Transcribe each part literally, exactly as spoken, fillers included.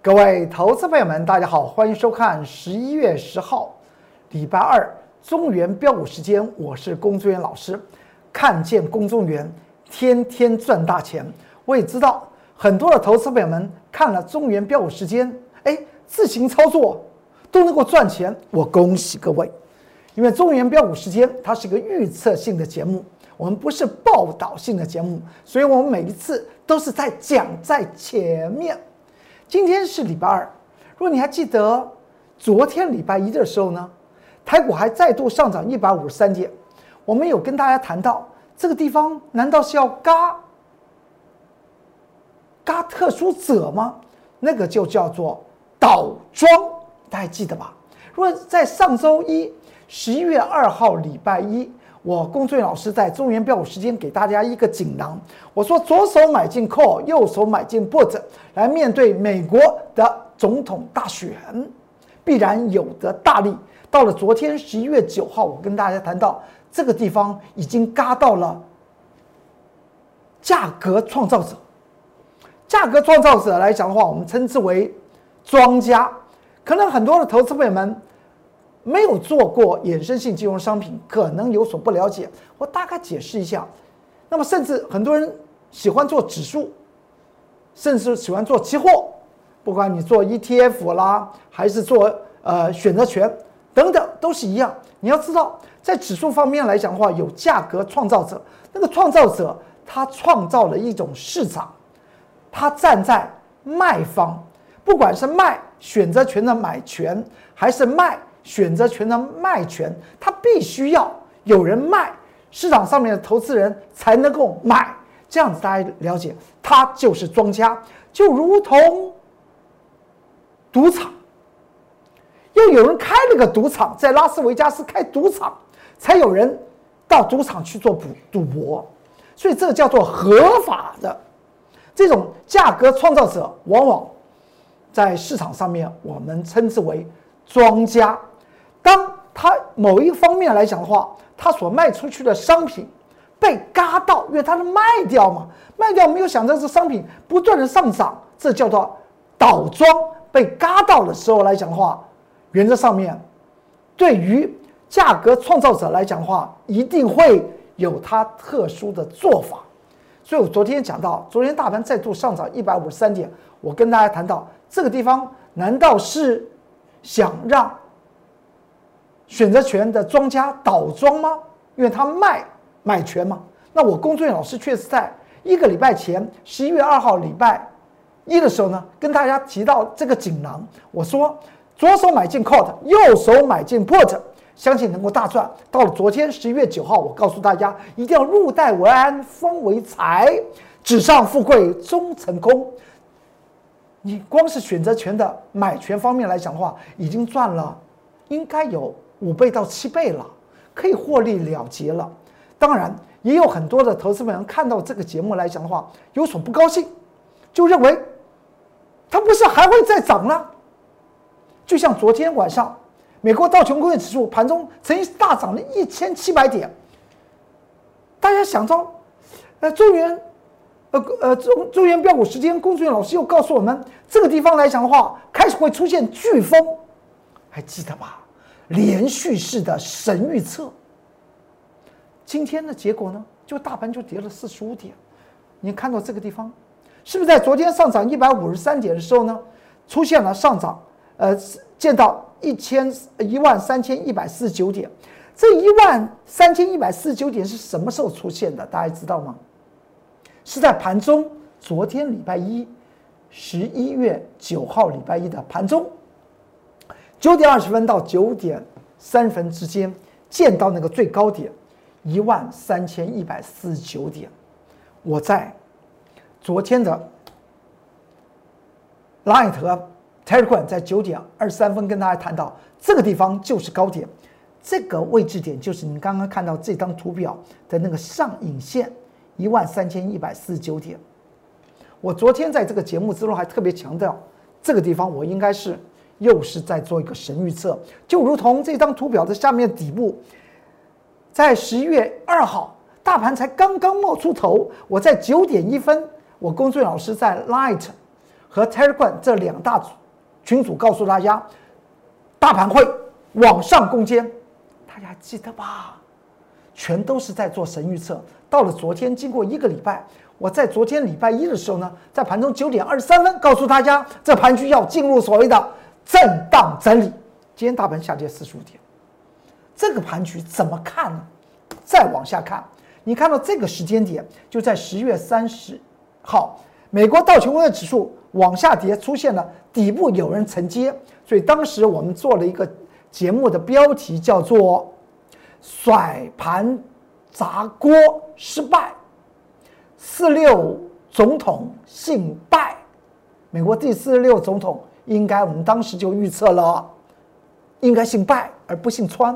各位投资朋友们，大家好，欢迎收看十一月十号，礼拜二中原标股时间，我是龚宗元老师。看见龚宗元，天天赚大钱。我也知道很多的投资朋友们看了中原标股时间，哎，自行操作都能够赚钱，我恭喜各位。因为中原标股时间它是一个预测性的节目，我们不是报道性的节目，所以我们每一次都是在讲在前面。今天是礼拜二，如果你还记得昨天礼拜一的时候呢，台股还再度上涨一百五十三点，我们有跟大家谈到这个地方难道是要嘎嘎特殊者吗？那个就叫做倒庄，大家还记得吧？如果在上周一十一月二号礼拜一，我龚宗元老师在中原标股时间给大家一个锦囊，我说左手买进 call， 右手买进 put， 来面对美国的总统大选，必然有的大利。到了昨天十一月九号，我跟大家谈到这个地方已经嘎到了价格创造者。价格创造者来讲的话，我们称之为庄家。可能很多的投资朋友们没有做过衍生性金融商品，可能有所不了解，我大概解释一下。那么甚至很多人喜欢做指数，甚至喜欢做期货，不管你做 E T F 啦，还是做呃选择权等等，都是一样。你要知道，在指数方面来讲的话，有价格创造者，那个创造者他创造了一种市场，他站在卖方，不管是卖选择权的买权，还是卖选择权的卖权，它必须要有人卖，市场上面的投资人才能够买，这样子大家了解，它就是庄家，就如同赌场，又有人开了个赌场，在拉斯维加斯开赌场，才有人到赌场去做赌博，所以这个叫做合法的这种价格创造者，往往在市场上面我们称之为庄家。当他某一方面来讲的话，他所卖出去的商品被嘎到，因为他是卖掉嘛，卖掉没有想到这商品不断的上涨，这叫做倒庄。被嘎到的时候来讲的话，原则上面对于价格创造者来讲的话，一定会有他特殊的做法。所以我昨天讲到，昨天大盘再度上涨一百五十三点，我跟大家谈到这个地方，难道是想让选择权的庄家倒庄吗？因为他卖买权嘛。那我龚宗元老师却是在一个礼拜前，十一月二号礼拜一的时候呢，跟大家提到这个锦囊，我说左手买进 call， 右手买进 put， 相信能够大赚。到了昨天十一月九号，我告诉大家一定要入袋为安，方为财，纸上富贵终成空。你光是选择权的买权方面来讲的话，已经赚了应该有五倍到七倍了，可以获利了结了。当然，也有很多的投资人看到这个节目来讲的话，有所不高兴，就认为它不是还会再涨了。就像昨天晚上，美国道琼工业指数盘中曾经大涨了一千七百点，大家想到，呃，中原。呃呃，中中原标股时间，龚宗元老师又告诉我们，这个地方来讲的话，开始会出现飓风，还记得吧？连续式的神预测。今天的结果呢，就大盘就跌了四十五点。你看到这个地方，是不是在昨天上涨一百五十三点的时候呢，出现了上涨？呃，见到一千一万三千一百四十九点。这一万三千一百四十九点是什么时候出现的？大家知道吗？是在盘中，昨天礼拜一，十一月九号礼拜一的盘中，九点二十分到九点三十分之间，见到那个最高点一万三千一百四十九点。我在昨天的 Line 和 Telegram 在九点二十三分跟大家谈到，这个地方就是高点，这个位置点就是你刚刚看到这张图表的那个上影线。一万三千一百四十九点，我昨天在这个节目之中还特别强调，这个地方我应该是又是在做一个神预测，就如同这张图表的下面底部，在十一月二号，大盘才刚刚冒出头，我在九点一分，我龚宗元老师在 Light 和 Telegram 这两大群组告诉大家，大盘会往上攻坚，大家记得吧？全都是在做神预测。到了昨天，经过一个礼拜，我在昨天礼拜一的时候呢，在盘中九点二十三分告诉大家，这盘区要进入所谓的震荡整理。今天大盘下跌四十五点，这个盘局怎么看呢？再往下看，你看到这个时间点，就在十月三十号，美国道琼工业指数往下跌，出现了底部有人承接，所以当时我们做了一个节目的标题叫做“甩盘砸锅失败，四六总统信败”。美国第四十六总统应该我们当时就预测了，应该姓拜而不姓川。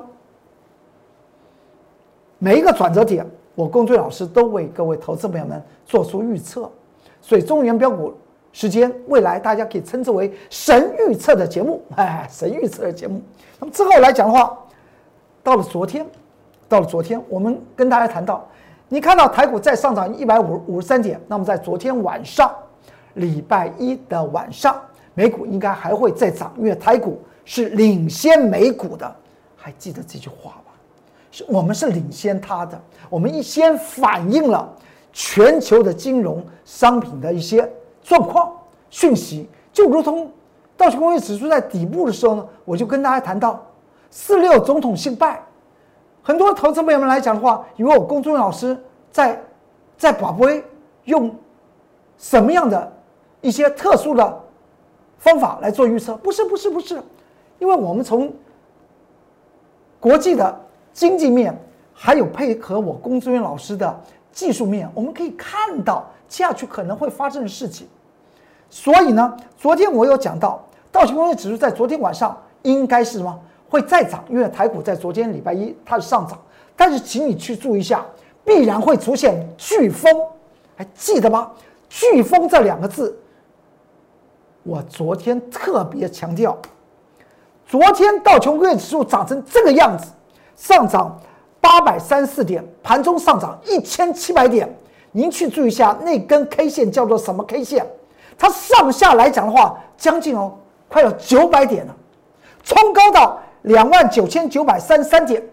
每一个转折点，我龚俊老师都为各位投资朋友们做出预测，所以中原标股时间未来大家可以称之为神预测的节目，哎，神预测的节目。那么之后来讲的话，到了昨天，到了昨天，我们跟大家谈到，你看到台股再上涨一百五十三点，那么在昨天晚上，礼拜一的晚上，美股应该还会再涨，因为台股是领先美股的，还记得这句话吧？是我们是领先它的，我们一先反映了全球的金融商品的一些状况讯息，就如同道琼工业指数在底部的时候呢，我就跟大家谈到四六总统信拜，很多投资朋友们来讲的话，以为我龚俊老师在在宝贝用什么样的一些特殊的方法来做预测？不是，不是，不是，因为我们从国际的经济面，还有配合我龚俊老师的技术面，我们可以看到接下去可能会发生的事情。所以呢，昨天我有讲到，道琼工业指数在昨天晚上应该是什么？会再涨，因为台股在昨天礼拜一它是上涨，但是请你去注意一下，必然会出现飓风，还记得吗？飓风这两个字，我昨天特别强调，昨天道琼工业指数涨成这个样子，上涨八百三十四点，盘中上涨一千七百点。您去注意一下那根 K 线叫做什么 K 线？它上下来讲的话，将近哦，快有九百点了，冲高到两万九千九百三十三点，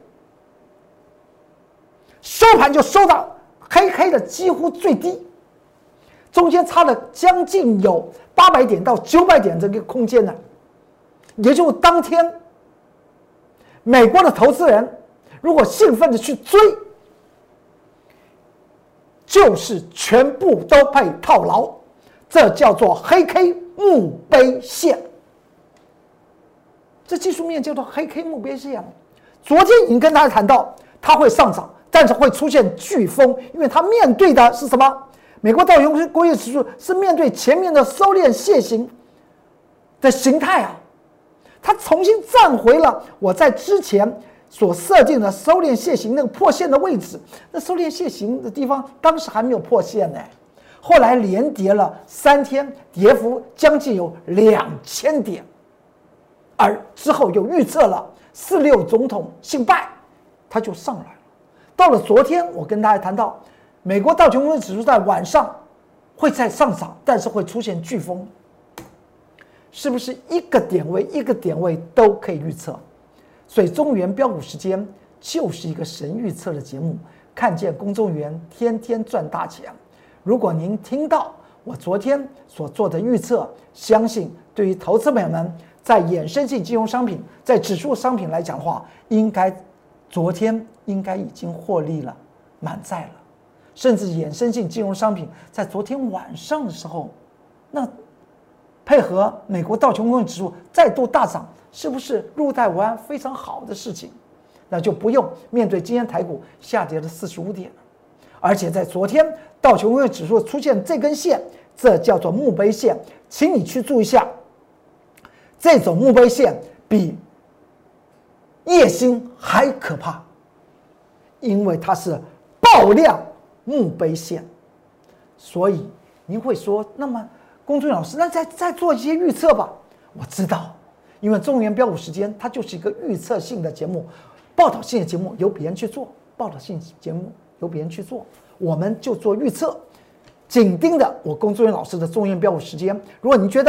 收盘就收到黑黑的几乎最低，中间差了将近有八百点到九百点这个空间呢。也就是当天，美国的投资人如果兴奋的去追，就是全部都被套牢，这叫做黑 K 墓碑线。这技术面叫做黑 K 墓碑线。昨天已经跟大家谈到，它会上涨，但是会出现飓风，因为它面对的是什么？美国道琼工业指数是面对前面的收敛楔形的形态啊，它重新站回了我在之前所设定的收敛楔形那个破线的位置。那收敛楔形的地方当时还没有破线呢，后来连跌了三天，跌幅将近有两千点，而之后又预测了四六总统信拜，它就上来了。到了昨天，我跟大家谈到，美国道琼工业指数在晚上会再上涨，但是会出现飓风，是不是一个点位一个点位都可以预测？所以中原标股时间就是一个神预测的节目，看见公众员天天赚大钱。如果您听到我昨天所做的预测，相信对于投资朋友们在衍生性金融商品、在指数商品来讲的话，应该昨天应该已经获利了，满载了。甚至衍生性金融商品在昨天晚上的时候，那配合美国道琼工业指数再度大涨，是不是入袋为安非常好的事情？那就不用面对今天台股下跌了四十五点了。而且在昨天道琼工业指数出现这根线，这叫做墓碑线，请你去注意一下，这种墓碑线比夜星还可怕，因为它是爆量墓碑线。所以您会说，那么龚俊老师，那再再做一些预测吧。我知道，因为中原标股时间它就是一个预测性的节目，报道性的节目由别人去做，报道性节目由别人去做，我们就做预测，紧盯着我龚俊老师的中原标股时间。如果你觉得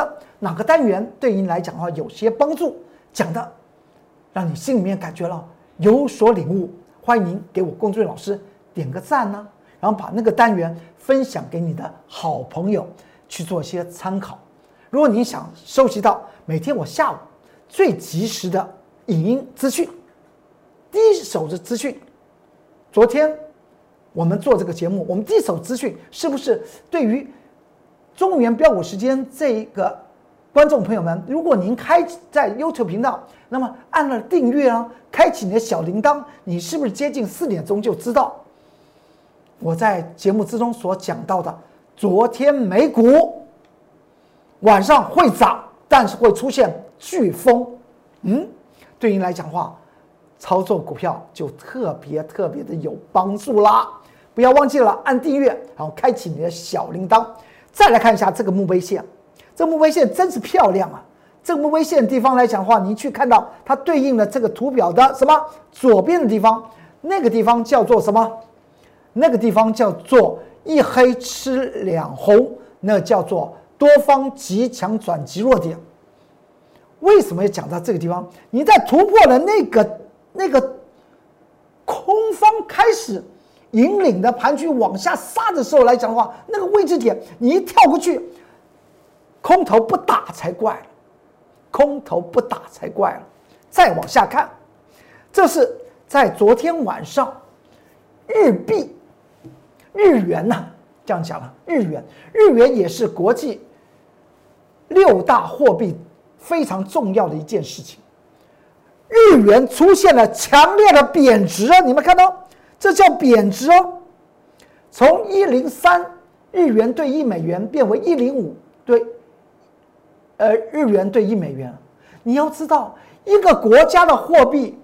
哪个单元对你来讲的话有些帮助，讲的让你心里面感觉到有所领悟，欢迎您给我龚俊老师点个赞呢、啊，然后把那个单元分享给你的好朋友去做一些参考。如果你想收集到每天我下午最及时的影音资讯，第一手的资讯，昨天我们做这个节目，我们第一手资讯是不是对于中原标股时间这一个观众朋友们，如果您开在 YouTube 频道，那么按了订阅啊，开启你的小铃铛，你是不是接近四点钟就知道我在节目之中所讲到的，昨天美股晚上会涨，但是会出现飓风。嗯，对您来讲的话，操作股票就特别特别的有帮助啦。不要忘记了按订阅，然后开启你的小铃铛。再来看一下这个墓碑线，这个墓碑线真是漂亮啊！这个墓碑线的地方来讲的话，你去看到它对应了这个图表的什么左边的地方，那个地方叫做什么？那个地方叫做一黑吃两红，那叫做多方极强转极弱点。为什么要讲到这个地方？你在突破了那个那个空方开始引领的盘局往下杀的时候来讲的话，那个位置点你一跳过去，空头不打才怪了，空头不打才怪了。再往下看，这是在昨天晚上，日币、日元呐、啊，这样讲了，日元，日元也是国际六大货币非常重要的一件事情。日元出现了强烈的贬值啊，你们看到？这叫贬值哦，从一零三日元兑一美元变为一零五对，呃日元兑一美元。你要知道，一个国家的货币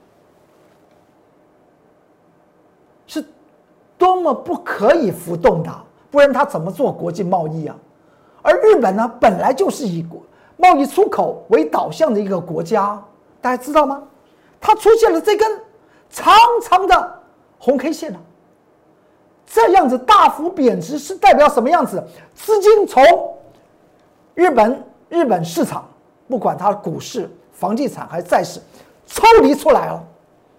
是多么不可以浮动的，不然它怎么做国际贸易啊？而日本呢，本来就是以贸易出口为导向的一个国家，大家知道吗？它出现了这根长长的红 K 线呢、啊，这样子大幅贬值是代表什么样子？资金从日本日本市场，不管它的股市、房地产还是债市，抽离出来了，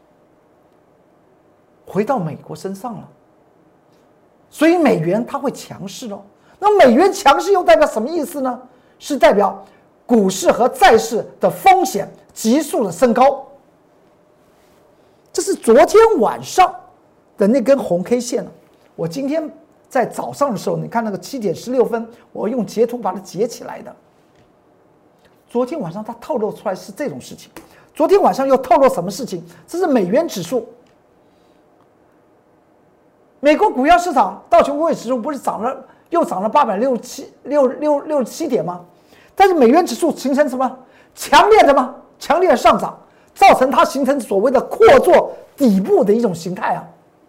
回到美国身上了。所以美元它会强势哦。那美元强势又代表什么意思呢？是代表股市和债市的风险急速的升高。这是昨天晚上的那根红 K 线呢，我今天在早上的时候，你看那个七点十六分，我用截图把它截起来的。昨天晚上它透露出来是这种事情，昨天晚上又透露什么事情？这是美元指数，美国股票市场道琼工业指数不是涨了又涨了八百六十七六六六十七点吗？但是美元指数形成什么强烈的吗？强烈的上涨，造成它形成所谓的扩作底部的一种形态啊。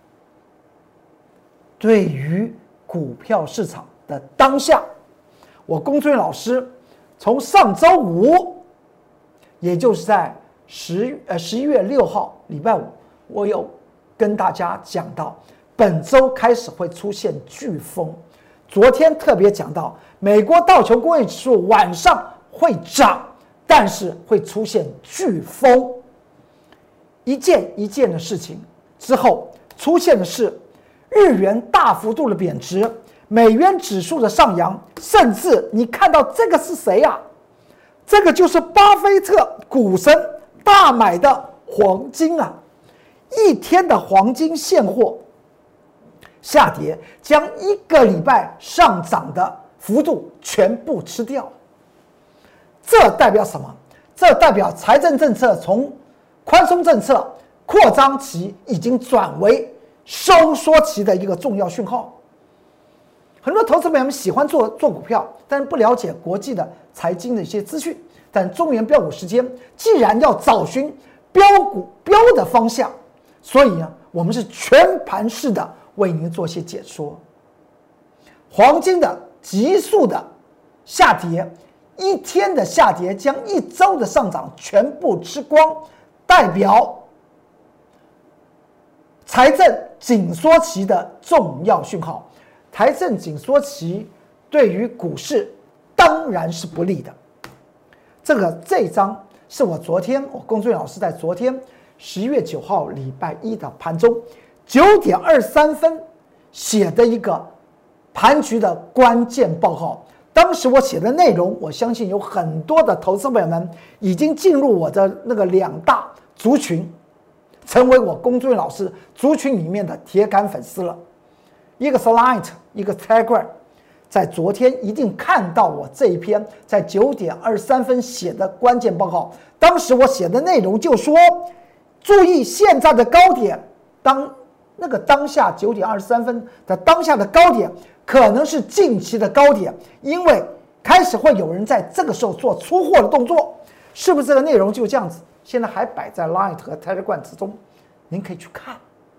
对于股票市场的当下，我龚俊老师从上周五，也就是在十呃十一月六号礼拜五，我有跟大家讲到，本周开始会出现飓风。昨天特别讲到，美国道琼工业指数晚上会涨，但是会出现飓风。一件一件的事情之后，出现的是日元大幅度的贬值，美元指数的上扬，甚至你看到这个是谁啊？这个就是巴菲特股神大买的黄金啊！一天的黄金现货下跌，将一个礼拜上涨的幅度全部吃掉。这代表什么？这代表财政政策从宽松政策扩张期已经转为收缩期的一个重要讯号。很多投资朋友们喜欢做做股票，但是不了解国际的财经的一些资讯。但中原标股时间既然要找寻标股标的方向，所以呢，我们是全盘式的为您做些解说。黄金的急速的下跌，一天的下跌将一周的上涨全部吃光，代表财政紧缩期的重要讯号。财政紧缩期对于股市当然是不利的。 这个这一张是我昨天我龚俊老师在昨天十一月九号礼拜一的盘中九点二十三分写的一个盘局的关键报告。当时我写的内容，我相信有很多的投资朋友们已经进入我的那个两大族群，成为我龚俊老师族群里面的铁杆粉丝了。一个是 Line， 一个 Telegram。在昨天一定看到我这一篇在九点二十三分写的关键报告。当时我写的内容就说，注意现在的高点，当那个当下九点二十三分的当下的高点可能是近期的高点，因为开始会有人在这个时候做出货的动作。是不是这个内容就这样子？现在还摆在 Line 和 Telegram 之中，您可以去看，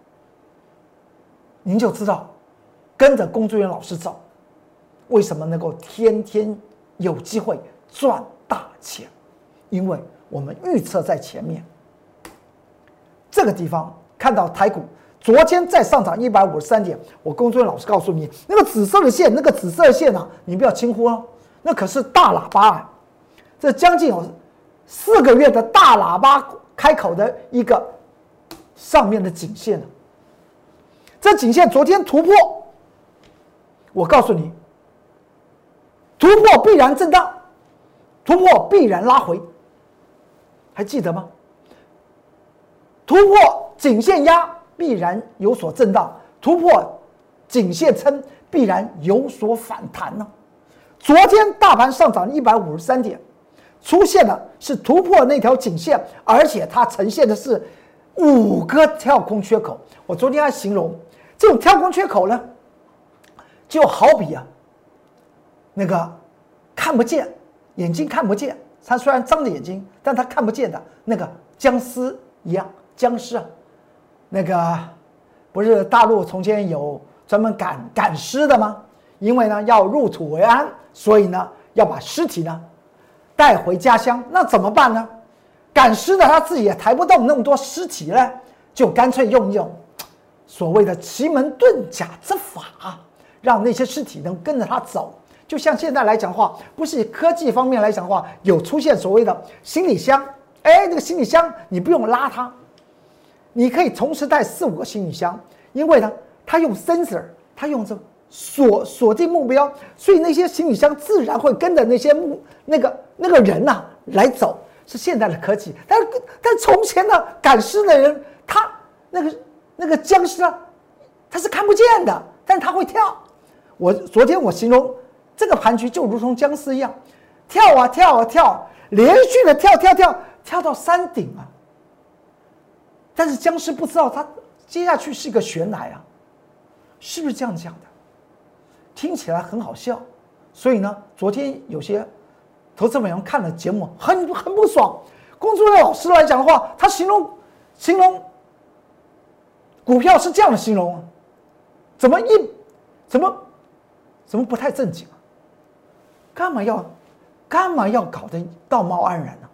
您就知道跟着龚俊元老师走，为什么能够天天有机会赚大钱？因为我们预测在前面。这个地方看到台股昨天再上涨一百五十三点，我龚俊元老师告诉你，那个紫色的线，那个紫色的线啊，你不要轻忽哦，那可是大喇叭啊，这将近有四个月的大喇叭开口的一个上面的颈线了。这颈线昨天突破，我告诉你，突破必然震荡，突破必然拉回，还记得吗？突破颈线压必然有所震荡，突破颈线撑必然有所反弹呢。昨天大盘上涨一百五十三点，出现的是突破那条颈线，而且它呈现的是五个跳空缺口。我昨天还形容这种跳空缺口呢，就好比啊，那个看不见，眼睛看不见，他虽然张着眼睛，但他看不见的那个僵尸一样，僵尸啊，那个不是大陆从前有专门赶赶尸的吗？因为呢要入土为安，所以呢要把尸体呢带回家乡，那怎么办呢？赶尸的他自己也抬不动那么多尸体呢，就干脆用一种所谓的奇门遁甲之法，让那些尸体能跟着他走。就像现在来讲的话，不是科技方面来讲的话，有出现所谓的行李箱，哎，那个行李箱你不用拉它，你可以同时带四五个行李箱，因为呢，它用 sensor， 它用这锁锁定目标，所以那些行李箱自然会跟着那些目那个那个人呐、啊、来走，是现在的科技。但但从前的赶尸的人，他那个那个僵尸啊，他是看不见的，但是他会跳。我昨天我形容这个盘局就如同僵尸一样，跳啊跳啊跳，连续的跳跳跳跳到山顶啊。但是僵尸不知道他接下去是一个悬崖啊，是不是这样讲的？听起来很好笑，所以呢，昨天有些投资朋友看了节目很很不爽。龚俊元老师来讲的话，他形容形容股票是这样的形容，怎么一怎么怎么不太正经啊？干嘛要干嘛要搞得道貌岸然呢、啊？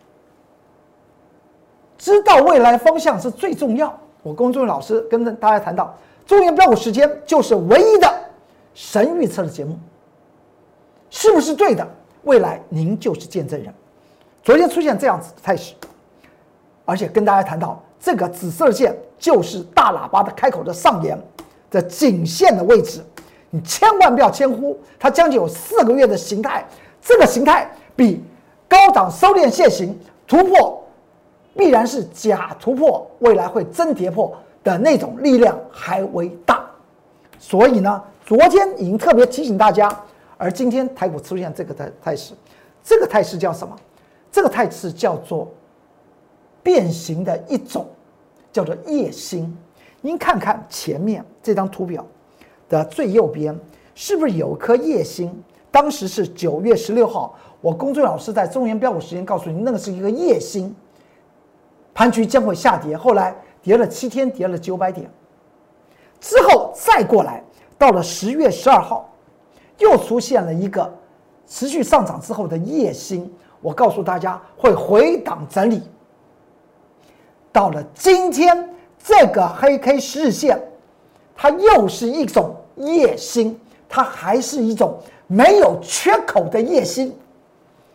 知道未来方向是最重要。我龚俊元老师跟大家谈到，中原标股时间就是唯一的神预测的节目，是不是对的？未来您就是见证人。昨天出现这样子的态势，而且跟大家谈到这个紫色线就是大喇叭的开口的上沿的颈线的位置，你千万不要轻忽，它将近有四个月的形态，这个形态比高档收敛线型突破必然是假突破，未来会真跌破的那种力量还为大。所以呢，昨天已经特别提醒大家，而今天台股出现这个态势，这个态势叫什么？这个态势叫做变形的一种，叫做夜星。您看看前面这张图表的最右边，是不是有颗夜星？当时是九月十六号，我龚俊元老师在中原标股时间告诉您，那个是一个夜星，盘局将会下跌。后来跌了七天，跌了九百点，之后再过来，到了十月十二号，又出现了一个持续上涨之后的夜星。我告诉大家会回档整理，到了今天这个黑 K 十日线，它又是一种夜星，它还是一种没有缺口的夜星，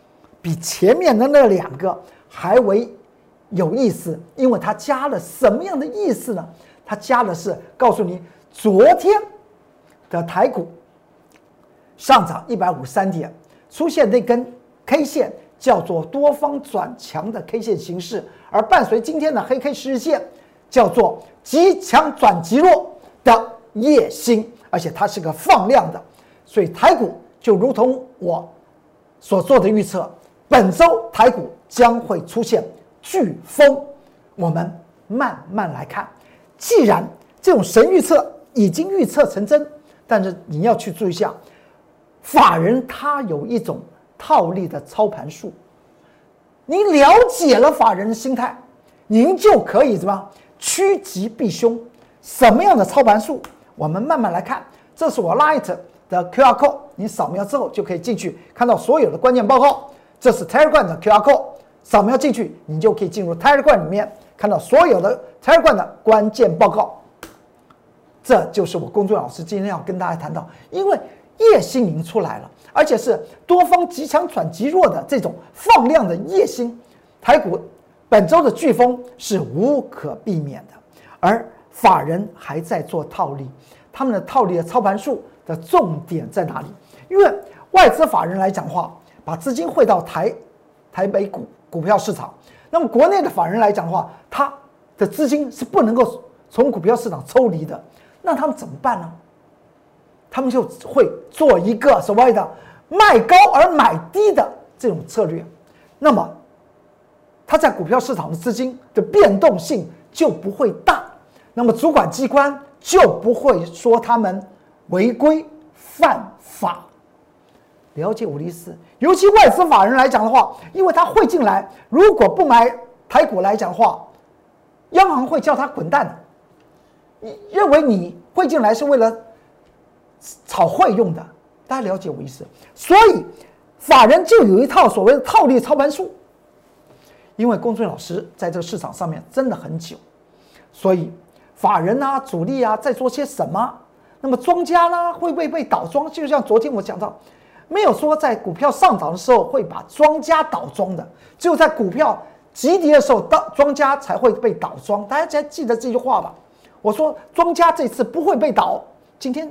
比前面的那两个还为有意思，因为它加了什么样的意思呢？它加的是告诉你，昨天的台股上涨一百五十三点，出现那根 K 线叫做多方转强的 K 线形式，而伴随今天的黑 K 十日线叫做极强转极弱的夜星，而且它是个放量的，所以台股就如同我所做的预测，本周台股将会出现飓风，我们慢慢来看。既然这种神预测已经预测成真，但是你要去注意一下，法人他有一种套利的操盘术，你了解了法人的心态，您就可以怎么样趋吉避凶。什么样的操盘术？我们慢慢来看。这是我 Light 的 Q R code， 你扫描之后就可以进去看到所有的关键报告。这是 Telegram 的 Q R code， 扫描进去，你就可以进入 Telegram 里面看到所有的 Telegram 的关键报告。这就是我公众老师今天要跟大家谈到，因为夜星已经出来了，而且是多方极强转极弱的这种放量的夜星，台股本周的飓风是无可避免的，而法人还在做套利，他们的套利的操盘术的重点在哪里？因为外资法人来讲的话，把资金汇到台台北股股票市场，那么国内的法人来讲的话，他的资金是不能够从股票市场抽离的，那他们怎么办呢？他们就会做一个所谓的卖高而买低的这种策略，那么他在股票市场的资金的变动性就不会大，那么主管机关就不会说他们违规犯法。了解我的意思？尤其外资法人来讲的话，因为他汇进来，如果不买台股来讲的话，央行会叫他滚蛋的。你认为你汇进来是为了炒汇用的，大家了解我意思？所以法人就有一套所谓的套利操盘术。因为公孙老师在这个市场上面真的很久，所以法人啊、主力啊在做些什么？那么庄家呢会不会被倒庄？就像昨天我讲到，没有说在股票上涨的时候会把庄家倒庄的，只有在股票急跌的时候，庄家才会被倒庄。大家还记得这句话吧？我说庄家这次不会被倒，今天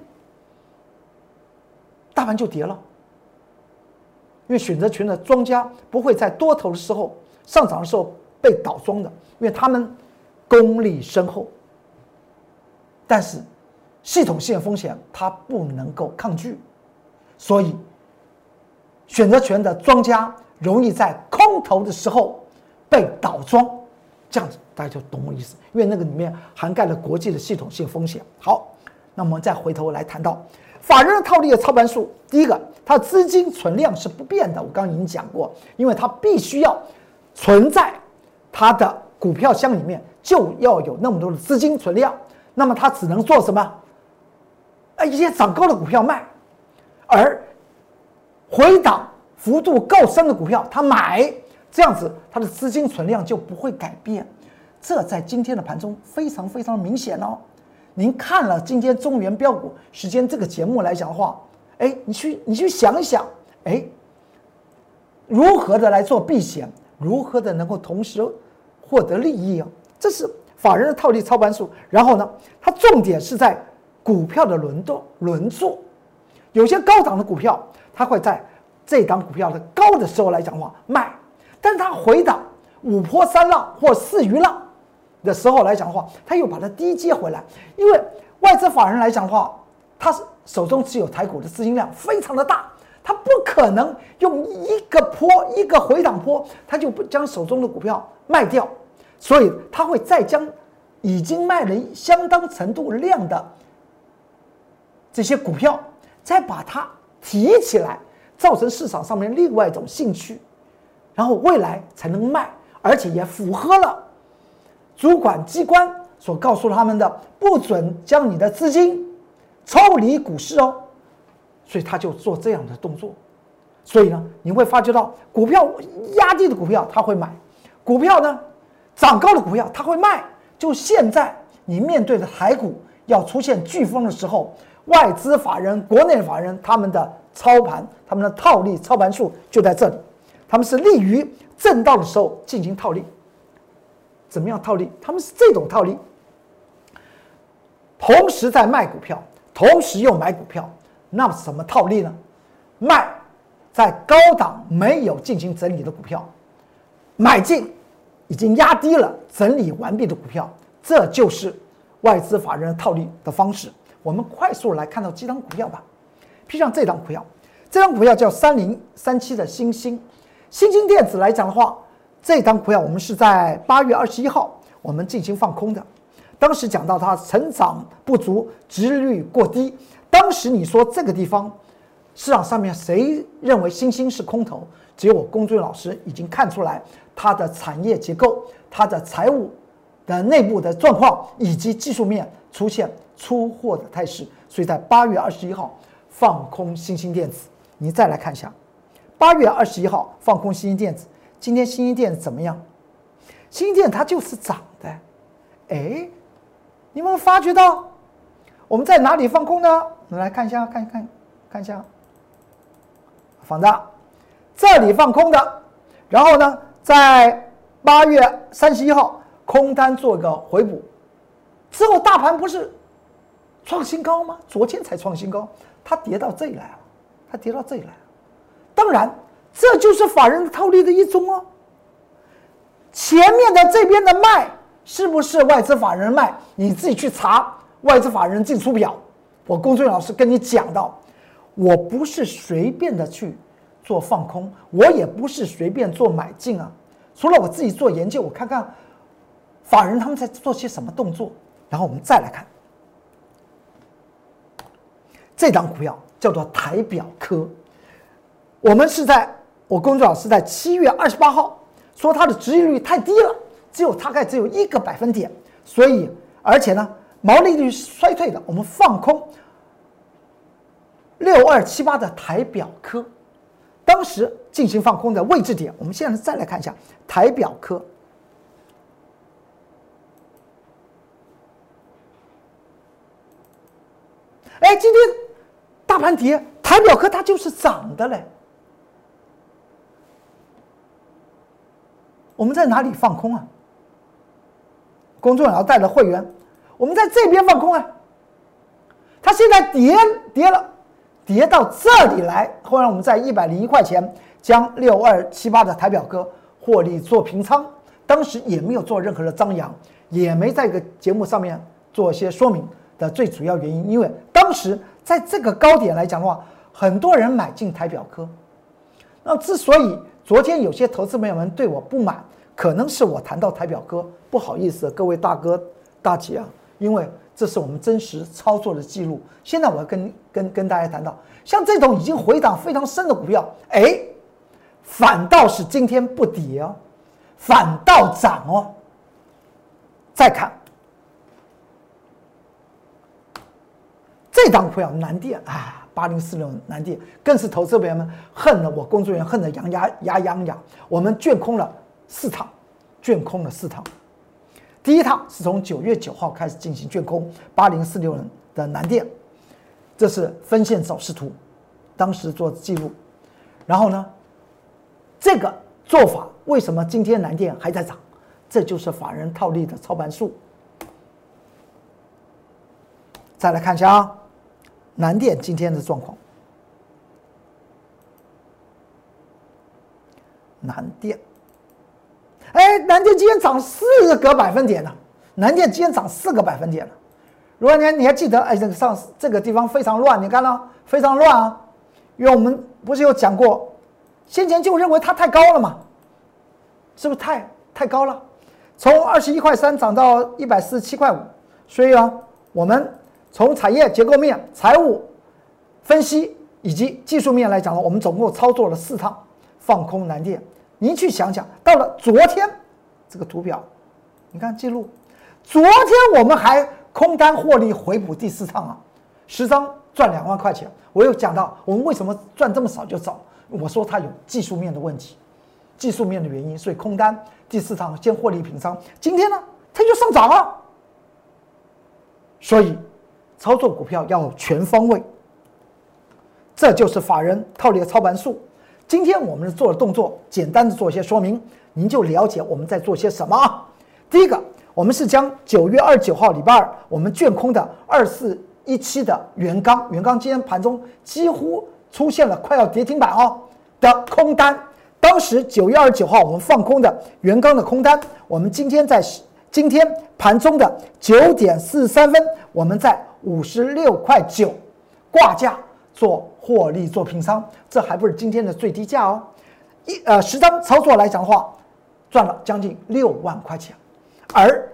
大盘就跌了，因为选择权的庄家不会在多头的时候、上涨的时候被倒庄的，因为他们功力深厚。但是系统性风险它不能够抗拒，所以选择权的庄家容易在空头的时候被倒庄，这样子大家就懂我意思，因为那个里面涵盖了国际的系统性风险。好，那我们再回头来谈到法人的套利的操盘术。第一个，它的资金存量是不变的，我刚刚已经讲过，因为它必须要存在它的股票箱里面，就要有那么多的资金存量，那么它只能做什么？一些涨高的股票卖，而回档幅度够深的股票它买，这样子它的资金存量就不会改变。这在今天的盘中非常非常明显哦。您看了今天中原标股时间这个节目来讲的话，哎，你去你去想一想，哎，如何的来做避险，如何的能够同时获得利益啊？这是法人的套利操盘术。然后呢，它重点是在股票的轮动轮做，有些高档的股票，它会在这档股票的高的时候来讲的话卖，但是它回档五波三浪或四鱼浪的时候来讲的话，它又把它低接回来。因为外资法人来讲的话，他手中持有台股的资金量非常的大，他不可能用一个波一个回档波，他就不将手中的股票卖掉，所以他会再将已经卖了相当程度量的这些股票，再把它提起来，造成市场上面另外一种兴趣，然后未来才能卖，而且也符合了主管机关所告诉他们的，不准将你的资金抽离股市哦，所以他就做这样的动作。所以呢，你会发觉到股票压低的股票他会买，股票呢涨高的股票他会卖。就现在你面对的台股要出现飓风的时候，外资法人、国内法人他们的操盘、他们的套利操盘术就在这里。 他们是利于震荡的时候进行套利。怎么样套利？他们是这种套利，同时在卖股票，同时又买股票。那么什么套利呢？卖在高档没有进行整理的股票，买进已经压低了整理完毕的股票，这就是外资法人套利的方式。我们快速来看到几档股票吧。譬如像这档股票，这档股票叫三零三七的新兴，新兴电子来讲的话，这档股票我们是在八月二十一号我们进行放空的。当时讲到它成长不足，殖利率过低。当时你说这个地方市场上面谁认为新兴是空头？只有我龚俊老师已经看出来它的产业结构、它的财务的内部的状况以及技术面出现出货的态势，所以在八月二十一号放空新兴电子。你再来看一下，八月二十一号放空新兴电子，今天新兴电子怎么样？新兴电子它就是涨的，哎，你们发觉到我们在哪里放空呢？我们来看一下，看一看，看一下，放大，这里放空的，然后呢，在八月三十一号空单做个回补，之后大盘不是创新高吗？昨天才创新高，它跌到这里来了，它跌到这里来了。当然，这就是法人套利的一种哦。前面的这边的卖是不是外资法人卖？你自己去查外资法人进出表。我龚俊老师跟你讲到，我不是随便的去做放空，我也不是随便做买进啊。除了我自己做研究，我看看法人他们在做些什么动作，然后我们再来看这档股票叫做台表科。我们是在我龚俊老师在七月二十八号说它的殖利率太低了，只有大概只有一个百分点，所以而且呢毛利率衰退的，我们放空六二七八的台表科，当时进行放空的位置点。我们现在再来看一下台表科，哎，今天大盘跌，台表科它就是涨的嘞。我们在哪里放空啊？公众也要带着会员，我们在这边放空啊。它现在跌跌了，跌到这里来，后来我们在一百零一块钱将六二七八的台表科获利做平仓，当时也没有做任何的张扬，也没在这个节目上面做一些说明的最主要原因，因为当时在这个高点来讲的话，很多人买进台表科。那之所以昨天有些投资朋友们对我不满，可能是我谈到台表科，不好意思，各位大哥大姐啊，因为这是我们真实操作的记录。现在我要跟跟跟大家谈到，像这种已经回档非常深的股票，哎，反倒是今天不跌哦，反倒涨哦。再看这档股票南电啊。八零四六南电更是投资朋友们恨了我工作人员，恨得牙牙牙痒痒。我们卷空了四趟，卷空了四趟。第一趟是从九月九号开始进行卷空八零四六的南电，这是分线走势图，当时做记录。然后呢，这个做法为什么今天南电还在涨？这就是法人套利的操盘术。再来看一下啊。南电今天的状况，南电，哎，南电今天涨四个百分点了，南电今天涨四个百分点了。如果你你还记得，哎，这个上这个地方非常乱，你看到非常乱啊，因为我们不是有讲过，先前就认为它太高了嘛，是不是太太高了？从二十一块三涨到一百四十七块五，所以啊，我们。从产业结构面、财务分析以及技术面来讲呢，我们总共操作了四趟放空南电。您去想想，到了昨天这个图表，你看记录，昨天我们还空单获利回补第四趟啊，十张赚两万块钱。我有讲到我们为什么赚这么少就走，我说它有技术面的问题，技术面的原因，所以空单第四趟先获利平仓。今天呢，它就上涨了，所以。操作股票要全方位，这就是法人套利的操盘术。 今天我们做的动作，简单的做一些说明，您就了解我们在做些什么啊。第一个，我们是将九月二十九号礼拜二我们卷空的二四一七的元刚，元刚今天盘中几乎出现了快要跌停板哦的空单。当时九月二十九号我们放空的元刚的空单，我们今天在今天盘中的九点四十三分，我们在五十六块九挂价做获利做平仓，这还不是今天的最低价哦。一呃十张操作来讲的话，赚了将近六万块钱。而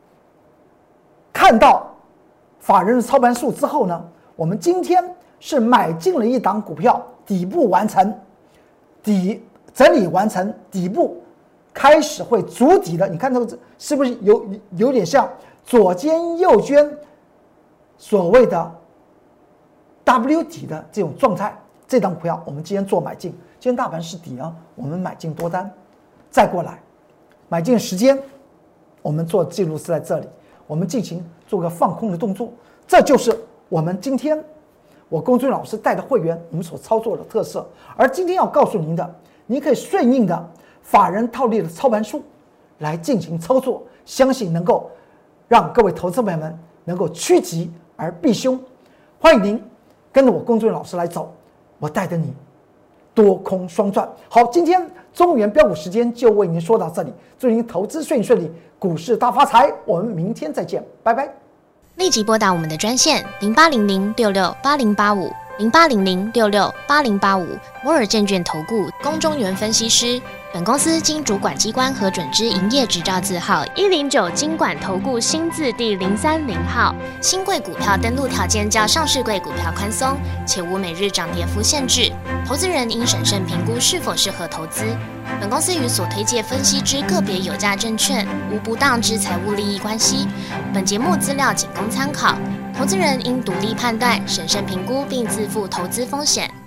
看到法人的操盘数之后呢，我们今天是买进了一档股票，底部完成，底整理完成，底部开始会筑底了。你看这个是不是有有点像左肩右肩所谓的 W 底的这种状态？这档股票我们今天做买进，今天大盘是底啊，我们买进多单，再过来买进时间，我们做记录是在这里，我们进行做个放空的动作，这就是我们今天我龚俊老师带的会员我们所操作的特色。而今天要告诉您的，你可以顺应的法人套利的操盘术来进行操作，相信能够让各位投资朋友们能够趋吉而避凶。欢迎您跟着我龚俊老师来走，我带着你多空双赚。好，今天中原标股时间就为您说到这里，祝您投资顺顺利，股市大发财。我们明天再见，拜拜。 立即拨打我们的专线零八零零六六八零八五零八零零六六八零八五摩尔证券投顾龚中原分析师。本公司经主管机关核准之营业执照字号一零九金管投顾新字第零三零号。新贵股票登录条件较上市贵股票宽松，且无每日涨跌幅限制。投资人应审慎评估是否适合投资。本公司与所推介分析之个别有价证券无不当之财务利益关系。本节目资料仅供参考，投资人应独立判断、审慎评估并自负投资风险。